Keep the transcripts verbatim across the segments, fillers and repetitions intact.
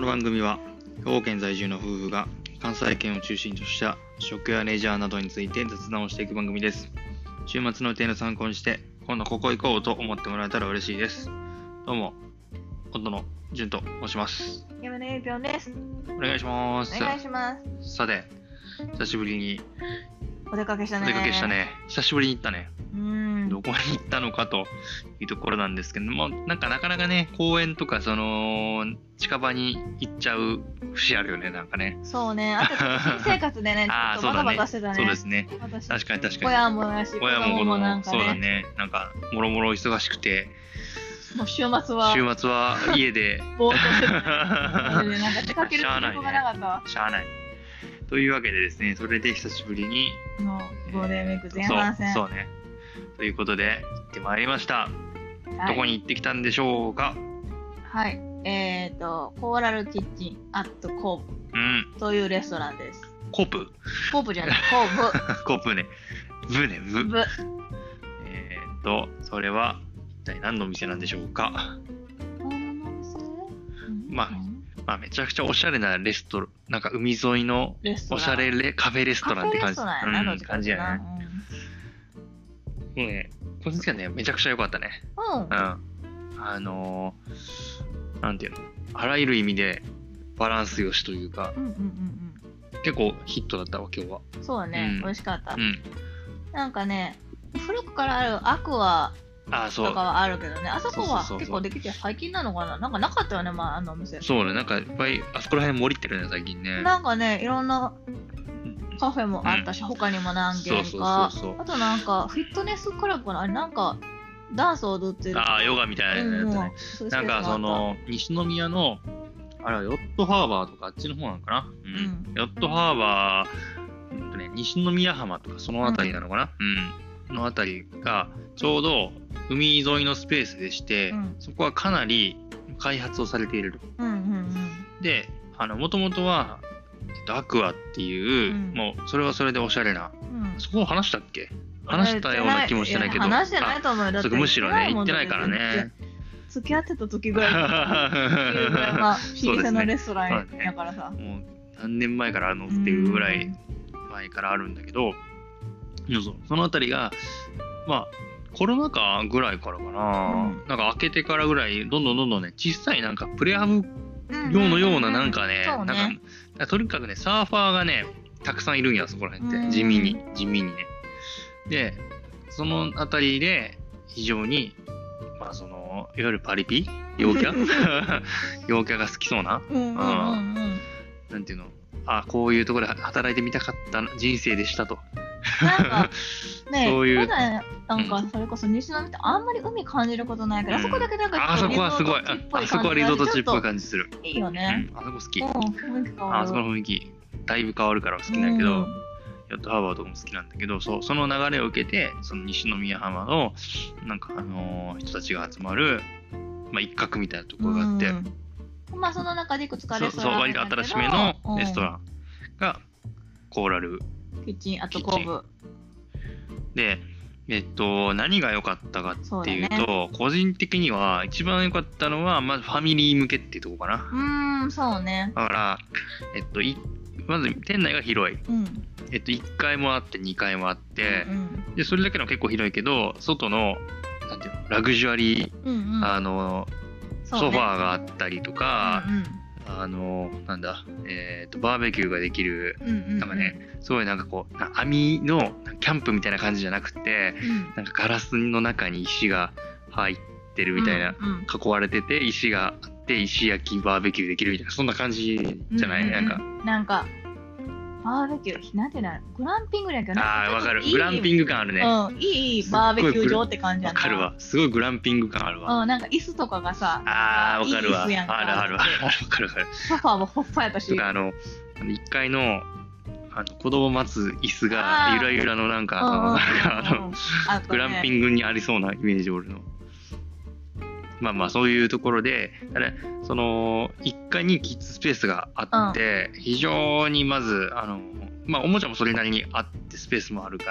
番組は兵庫県在住の夫婦が関西圏を中心とした食やレジャーなどについて雑談をしていく番組です。週末の予定の参考にして今度ここ行こうと思ってもらえたら嬉しいです。どうも、夫の潤と申します。 山根ゆぴょんです。 お願いします。 お願いします。 さて、久しぶりにお出かけしたね。 お出かけしたね。久しぶりに行ったね。 うーん。 どこに行ったのかというところなんですけども、なんかなかなかね、公園とかその近場に行っちゃう節あるよね、なんかね。 そうね。あと新生活でね、ちょっとバタバタしてたね。 そうですね。 私確かに確かに。 親もやし、 親も子供もなんかね。 そうだね。なんかもろもろ忙しくて、 もう週末は週末は家でぼーっとしてたね。なんか出かけるとこがなかったわ。 しゃあない。というわけでですね、それで久しぶりにもうゴールデンウィーク前半戦。 そうそうね。ということで行ってまいりました。 はい、 どこに行ってきたんでしょうか。 はい。えっ、ー、とコーラルキッチンアットコープ、 うん、 というレストランです。 コープ？ コープじゃない。コープ。 コープね。ブねブ。 ブ。 えっ、ー、とそれは一体何の店なんでしょうか。まあ。まあ、めちゃくちゃおしゃれなレストラン、なんか海沿いのおしゃれレカフェレストランって感じ、うん、感じやね。もうね、個人的にはね、めちゃくちゃ良かったね。 うん。 うん。あのー、なんていうの、あらゆる意味でバランスよしというか、 うんうんうんうん、 結構ヒットだったわ、今日は。 そうだね、うん、美味しかった。 うん。 なんかね、古くからあるアクアとかはあるけどね、あそこは結構できて最近なのかな、なんかなかったよね、まあ、あのお店。 そうね、なんかいっぱいあそこら辺盛りってるね、最近ね。 なんかね、いろんなカフェもあったし、うん、他にも何軒か。あとなんかフィットネスクラブかな、あれなんかダンスを踊ってる。 ああ、ヨガみたいなやつね。うん、なんかその西宮のあれはヨットハーバーとかあっちの方なのかな。うん。うん、ヨットハーバー、うんとね、西宮浜とかそのあたりなのかな。うん。うん、のあたりがちょうど海沿いのスペースでして、うん、そこはかなり開発をされていると。 うんうんうん、 で、あのもともとは、えっと、アクアっていう、うん、もうそれはそれでおしゃれな、うん、そこを話したっけ？話したような気もしてないけど、 話してないと思うよ。だってむしろね、行ってないからね。 付き合ってた時ぐらいいうぐらいは老舗のレストランやからさ、 ね、もう何年前からあるのっていうぐらい前からあるんだけど、そのあたりがまあコロナ禍ぐらいからかな、うん、なんか開けてからぐらいどんどんどんどんね、小さいなんかプレハブ用のようななんかね、なんかとにかくね、サーファーがねたくさんいるんや、そこら辺って。地味に地味にね。でそのあたりで非常にまあそのいわゆるパリピ陽キャ陽キャが好きそうな、うんうんうんうん、なんていうの、あ、こういうところで働いてみたかった人生でしたと。 なんかね、そういうなんかそれこそ西宮ってあんまり海感じることないから、うん、あそこだけなんかあそこはすごい、あそこはリゾート地っぽい感じする。 いいよね、 うん、あそこ好き、 うん、雰囲気変わる。 あそこの雰囲気だいぶ変わるから好きだけど、うん、ヨットハーバーとかも好きなんだけど、そうその流れを受けてその西宮浜のなんかあのー、人たちが集まる、まあ、一角みたいなところがあって、 うん、まあその中でいくつかレストランそうそう割と新しめのレストランがコーラルキッチンアットコーブで、えっと、何が良かったかっていうと、うね、個人的には一番良かったのは、まずファミリー向けっていうところかな。 うーん、そうね。 だから、えっと、いまず店内が広い。うん、えっと、いっかいもあってにかいもあって、うん、でそれだけの結構広いけど、外の、なんていうの、ラグジュアリー、うんうん、あの、ソファーがあったりとか、うんうん、あのなんだ、えーと、バーベキューができる、うんうんうん、なんかね、すごいなんかこう網のキャンプみたいな感じじゃなくて、うん、なんかガラスの中に石が入ってるみたいな、うんうん、囲われてて石があって石焼きバーベキューできるみたいな、そんな感じじゃない、うんうんうん、なんかなんかバーベキューなんていうの、グランピングやけど、 ああわかる、グランピング感あるね、 うん、いいいいバーベキュー場って感じやな。 わかるわ、すごいグランピング感あるわ。 うん、なんか椅子とかがさ、 ああわかるわ、あるあるわ、わかるわかる。 ソファーもほっぱやったし、 とかあのいっかいのあの子供待つ椅子がゆらゆらのなんかあのグランピングにありそうなイメージ、俺の。まあまあそういうところで、ね、そのいっかいにキッズスペースがあって、うん、非常にまずあのまあおもちゃもそれなりにあってスペースもあるから、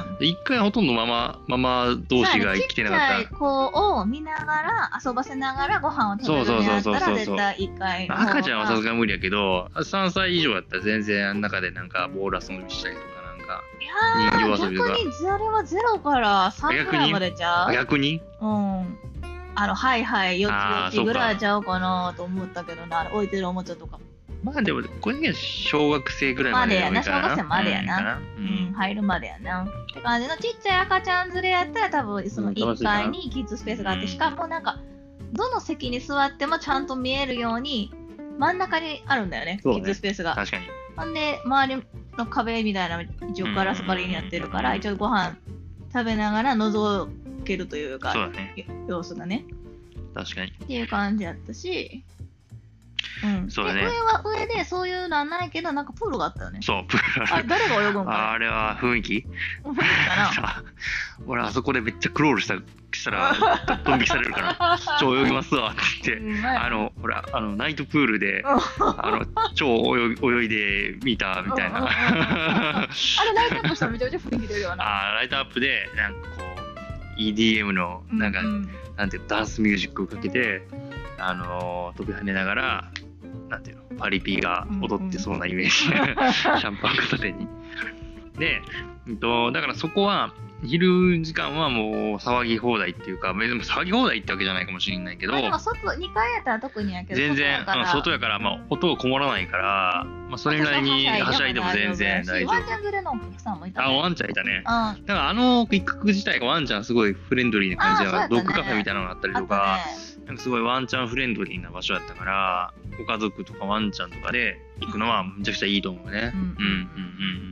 うん、一回ほとんどママママ同士が来てなかった。 ちっちゃい子を見ながら遊ばせながらご飯を食べるんやったら絶対一回。 赤ちゃんはさすがに無理やけど、さんさい以上やったら全然あの中でなんかボール遊びしたりとかなんか人形遊びとか。逆にあれはゼロからさんぐらいまでちゃう？ 逆に？ うん。あのはいはいよっつよっつぐらいちゃうかなと思ったけどな、置いてるおもちゃとか。 まあでもこれが小学生ぐらいまでやな。小学生までやな。うん、入るまでやな。って感じのちっちゃい赤ちゃん連れやったら多分そのいっかいにキッズスペースがあって、しかもなんかどの席に座ってもちゃんと見えるように真ん中にあるんだよね、キッズスペースが。 確かに。 ほんで周りの壁みたいな一応ガラス張りになってるから、一応ご飯食べながら覗けるというか、様子がね。 確かに。 っていう感じやったし。うん、 そうだね。 上は上でそういうのはないけど、なんかプールがあったよね。 そう、プールあれ。誰が泳ぐんかな。 あれは雰囲気？雰囲気かな。俺あそこでめっちゃクロールしたしたらドン引きされるから、超泳ぎますわって言って、あのほらあのナイトプールであの超泳ぎ泳いで見たみたいな。 あれライトアップしたらめちゃめちゃ雰囲気出るよな。 ああライトアップでなんかこう イーディーエム のなんか、うんうん、なんていうダンスミュージックをかけて、あのー、飛び跳ねながら。なんていうのパリピが踊ってそうなイメージ、うんうん、シャンパン片手にで、えっと、だからそこは昼時間はもう騒ぎ放題っていうか別に騒ぎ放題ってわけじゃないかもしれないけど、まあ、 でも外にかいやったら特にやけど全然外やから、外やからまあ、音がこもらないから、まあ、それなりにはしゃいでも全然大丈夫。 ワンちゃん連れのお客さんもいたね。 あワンちゃんいたね、うん、だからあの一角自体がワンちゃんすごいフレンドリーな感じで、ね、ドッグカフェみたいなのがあったりとか、なんかすごいワンちゃんフレンドリーな場所だったから、ご家族とかワンちゃんとかで行くのはめちゃくちゃいいと思うね。うんうんうんうん。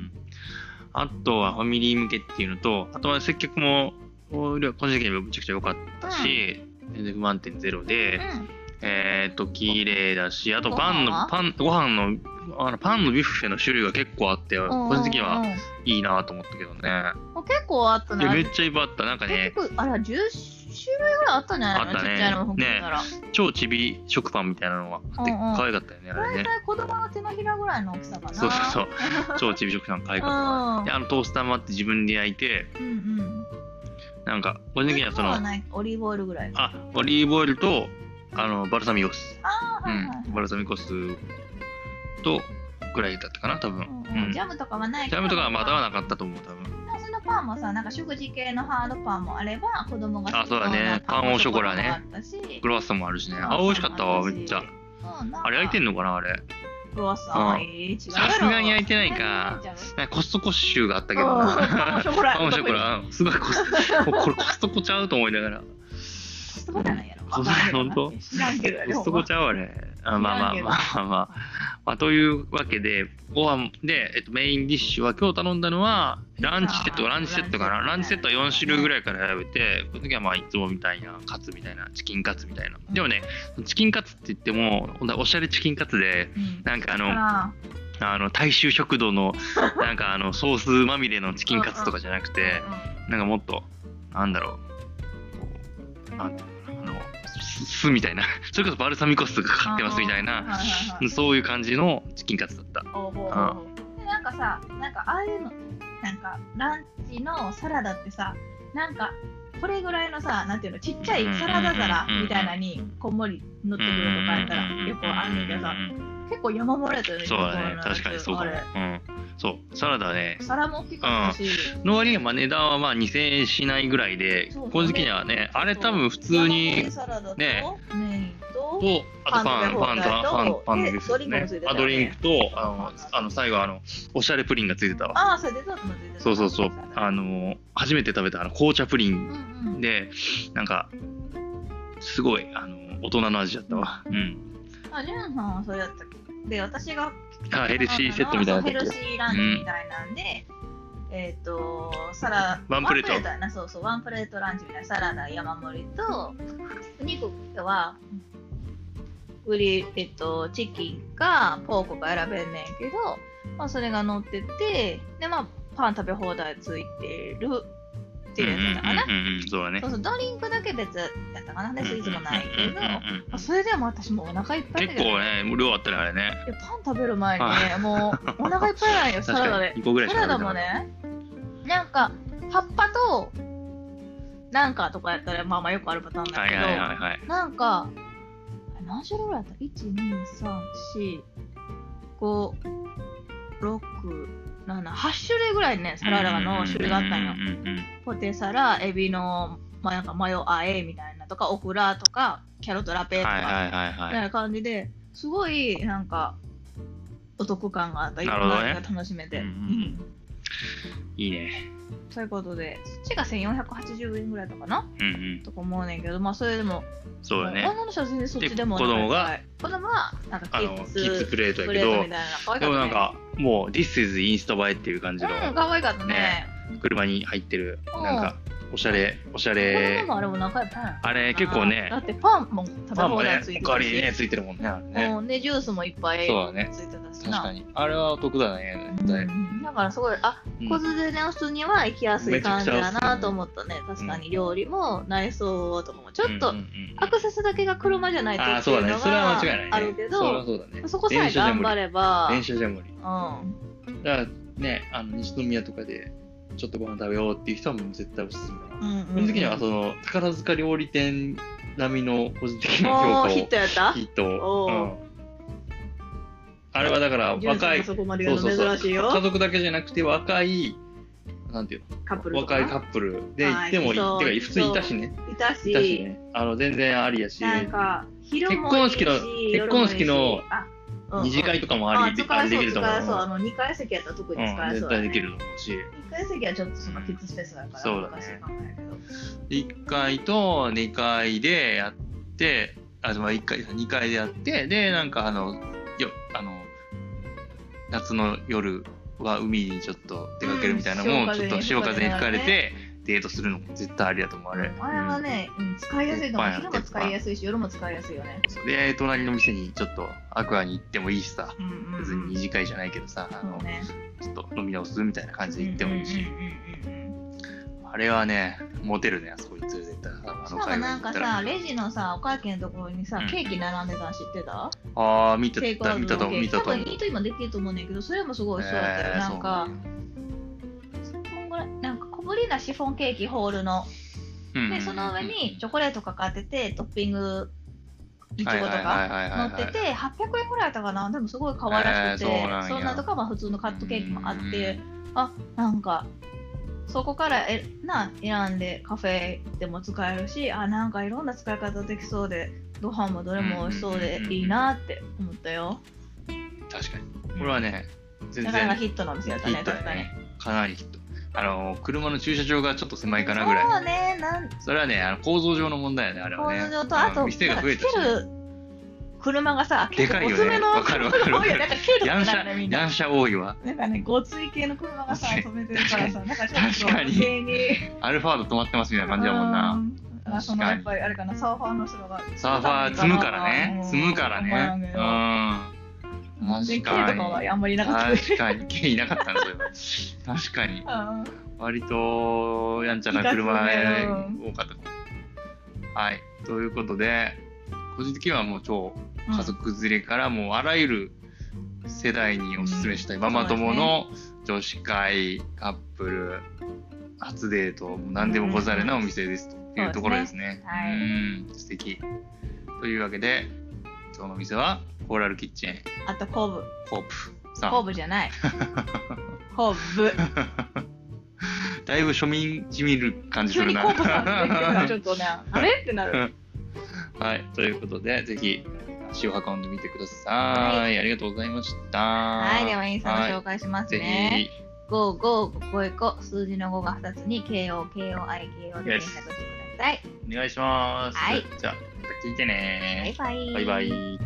あとはファミリー向けっていうのと、あとは接客も個人的にはめちゃくちゃ良かったし、全然不満点ゼロで、うん、えっと綺麗だし、あとパンのパンご飯のあのパンのビュッフェの種類が結構あって、個人的にはいいなと思ったけどね。 結構あったね。 めっちゃいっぱいあった。なんかね。 結構あれじゅっ種類ぐらいあったんじゃないの？ あったね。 ちっちゃいのも含めたら。 ね、超ちび食パンみたいなのがあって、うんうん、可愛かったよね、あれね。 大体子供の手のひらぐらいの大きさかな。 そうそうそう。超ちび食パン可愛かった、ね。で、あのトースターもあって自分で焼いて、うんうん、なんか、個人的にはその、 オリーブオイルぐらい。 あ、オリーブオイルと、あの、バルサミコ酢。 ああ、はいはいはい、 うん。バルサミコ酢と、ぐらいだったかな、多分。 うんうん、ジャムとかはないけど。ジャムとかはまたはなかったと思う、多分。 パンもさ、なんか食事系のハードパンもあれば、子供が好きそうだね。パンオショコラね。クロワッサンもあるしね。あ、美味しかったわ、めっちゃ。あれ焼いてんのかな、あれ。 クロワッサン、違う。 さすがに焼いてないか。コストコ臭があったけど。 パンオショコラ。 パンオショコラ。すごいコストコ、これコストコちゃうと思いながら。 コストコじゃないやろ。 本当？コストコちゃうあれ。あまあまあまあまあまあ。まあ、というわけで、ご飯で、えっと、メインディッシュは今日頼んだのは、ランチセット、ランチセットかな。ランチセットはよん種類ぐらいから選べて、この時はまあいつもみたいなカツみたいな、チキンカツみたいな。でもね、チキンカツって言っても、おしゃれチキンカツで、なんかあの、あの大衆食堂のなんかあのソースまみれのチキンカツとかじゃなくて、なんかもっとなんだろう、なんていうの、あの酢みたいな、それこそバルサミコ酢がかかってますみたいな、そういう感じのチキンカツだった。 でなんかさ、なんかああいうの、なんかランチのサラダってさ、なんかこれぐらいのさ、なんていうの、ちっちゃいサラダ皿みたいなにこんもり乗ってくるとかやったらよくあるんだけどさ、結構山盛りやったよね。 そうだね、確かにそうかも。うん、そう、サラダね。 皿も大きかったし。 うん、の割にはまあ値段はまあにせんえんしないぐらいで、この時期にはね、あれ多分普通に、ね、と、あとパン、パンと、パン、パンですね。あ、ドリンクと、あの、あの最後あの、おしゃれプリンがついてたわ。 ああ、それデザートもついてた。 そうそうそう。あの、初めて食べたあの紅茶プリンで、なんか、すごい、あの、大人の味だったわ。うん。 あ、ジュンさんはそれやったっけ？で、私があヘルシーセットみたいなヘルシーランチみたいなんで、うん、えっ、ー、とサラワンプレート、 ワンプレートな、そうそう、ワンプレートランチみたいな、サラダ山盛りとお肉は売り、えっ、ー、とチキンかポークか選べんねんけど、まあそれが乗ってて、でまあパン食べ放題ついてるちいやつだったかな。 うんうんうんうん、そうだね。 そうそう、ドリンクだけ別やったかな。で、スイーツもないけど、 うんうんうんうんあそれでも私もうお腹いっぱいだ結構ね、量あったね、あれね。 いやパン食べる前にね、もうお腹いっぱいなんよ、サラダで。 いっこぐらいしかサ食べてなかったラダもね、なんか、葉っぱと、なんかとかやったら、まあまあよくあるパターンだけど、 はいはいはいはい。 なんか、何種類ぐらいあった ?いち、に、さん、よん、ご、ろく、なな、はち種類ぐらいね、サラダの種類があったんよ。 うんうんうんうんポテサラ、エビの、まあ、なんかマヨあえみたいなとか、オクラとか、キャロットラペとか、 はいはいはいみたいはな感じで、すごい、なんか、お得感があった。いろんな味が楽しめて。 なるほどねうんうんい。いいね。 ということで、そっちがせんよんひゃくはちじゅうえんぐらいだったかなうんうん。 とか思うねんけど、まあそれでも、 そうだね。 女の人は全然そっちでもで子供がはい子供は、なんかあの、 キッズキッズプレートやけど、 プレートみたいな、可愛かったね。 でもなんか、もう、This is インスタ映えっていう感じの、 うん、可愛かったね。 ね車に入ってる、 うんなんか、おしゃれ、おしゃ子れ供、もあれも仲良いパン。 あれ結構ねだってパンも食べ放パンもね題ついて、たおかわりし。 ね、ついてるもんね、あれね。 うん、で、ジュースもいっぱいついそうだねてたしな。 確かに。あれはお得だね、絶対。 うんだからすごい、あ、 うん子連れの人には行きやすい感じだめちゃくちゃおすすめなと思ったね。確かに料理も内装とかも、ちょっとうんうんうんアクセスだけが車じゃないとああ、 っていうのそうだね。それは間違いがないね。 あるけそれはど、 そうだね。 そこさえ頑張れば、 電車じゃ無理。 うん。 だからね、あの、西宮とかで、ちょっとご飯食べようっていう人はもう絶対おすすめだな。 うんうん個人的には、その、宝塚料理店並みの個人的な評価を。 おーヒットやったヒットを。 おーうんあれはだから、 ジュンさん若い、 がそこまで言うのそうそうそう珍しいよ。 家族だけじゃなくて若い、なんていうの、 カップルとか若いカップルで行ってもいい。 はいてか、普通にいたしね。 いたし、 いたしね。あの、全然ありやし。 なんか、昼もいいし結婚式の結婚式のあうんうん二次会とかもありで、あれできると思う。 使えそう、あのにかい席やったら特に使うん、絶えそうだね。 対できると思うし。 にかい席はちょっとそのキッズスペースだから、 そうだね難しいかもやけど。 いっかいとにかいでやって、あ、まあいっかい、にかいでやって、で、なんかあの、よ、あの、夏の夜は海にちょっと出かけるみたいなのも、 うんちょっと潮風に吹かれ潮風て、デートするのも絶対ありだと思う、あれ。 あれはね、うん使いやすいと思う。 鉄板や昼も使いやすいし、夜も使いやすいよね。 うんで、隣の店にちょっとアクアに行ってもいいしさ、 うんうんうん別に二次会じゃないけどさ、あの、 そうね。 ちょっと飲み直すみたいな感じで行ってもいいし、 うんうんうんうんうんあれはね、モテるね、あそこに連れて行ったら。あのしかも海外に行ったら。 なんかさ、レジのさ、お会計のところにさうん、 ケーキ並んでたの知ってたああ、見てた、 テイクアウ見たと思う、 トのケーキ。 見たと思う。 多分イート今できると思うねんだけど、それもすごい美味しそうだったよ。 えーなんかそう、 こんぐらいなんか小ぶりなシフォンケーキホールの。 うんで、その上にチョコレートかかってて、トッピング、いちごとはいはいはいかはいはいはい乗ってて、はっぴゃくえんぐらいだったかな。でもすごい可愛らしくて、 えーそうなんやそんなとかまあ普通のカットケーキもあって、あ、なんか、そこからえな選んでカフェでも使えるし、あ、なんかいろんな使い方できそうで、ご飯もどれも美味しそうでいいなって思ったよ。 確かに。これはね、全なかなか然ヒットのお店だったね、 ヒット確かに。 だね。かなりヒット。あの、車の駐車場がちょっと狭いかなぐらい。 そうね、なんそれはね、あの構造上の問題やね、あれはね。 構造上と、あと、 うん店が増えたしなんか来てる車がさ、 でかいよね結構ごつめのわかるわかるわかる多いよなんか軽度ヤン車、 なんだね、みんなヤン。車多いわ。 なんかね、ごつい系の車がさ、止めてるからさ、なんかちょっと確かに余計に。 アルファード止まってますみたいな感じだもんな。 うん。あそのやっぱりあれかな、サーファーの人が。 サーファー積むからね。積むからほんまやね。 けどうん。確で、 か K に。 とかはあんまりいなかったね。 確かに。K いなかったんですよ。確かに。 うん割とやんちゃな車いかつめ多かったかも。はい。ということで、個人的にはもう超家族連れからもうあらゆる世代におすすめしたい、 うんママ友の女子会、カップル、初デート、もう何でもござれなお店ですというところですね。 そうですねはいうん、素敵。というわけで、今日のお店はコーラルキッチンあと、後部。 コープさん。 後部じゃない。後部。 だいぶ庶民じみる感じす急にるな。 後部さんって言ってたらちょっとね、あれってなる。 はい、ということで、ぜひ足を運んでみてください。 はいありがとうございました。 はい、ではインスタのはい紹介しますぜね。 ひ、 ごごごこえこ、数字のごがふたつに ケーオーケーオーアイケーオー で検索してください。 お願いします。 はいじゃあ、また聞いてね。 バイバイ。 バイバイ。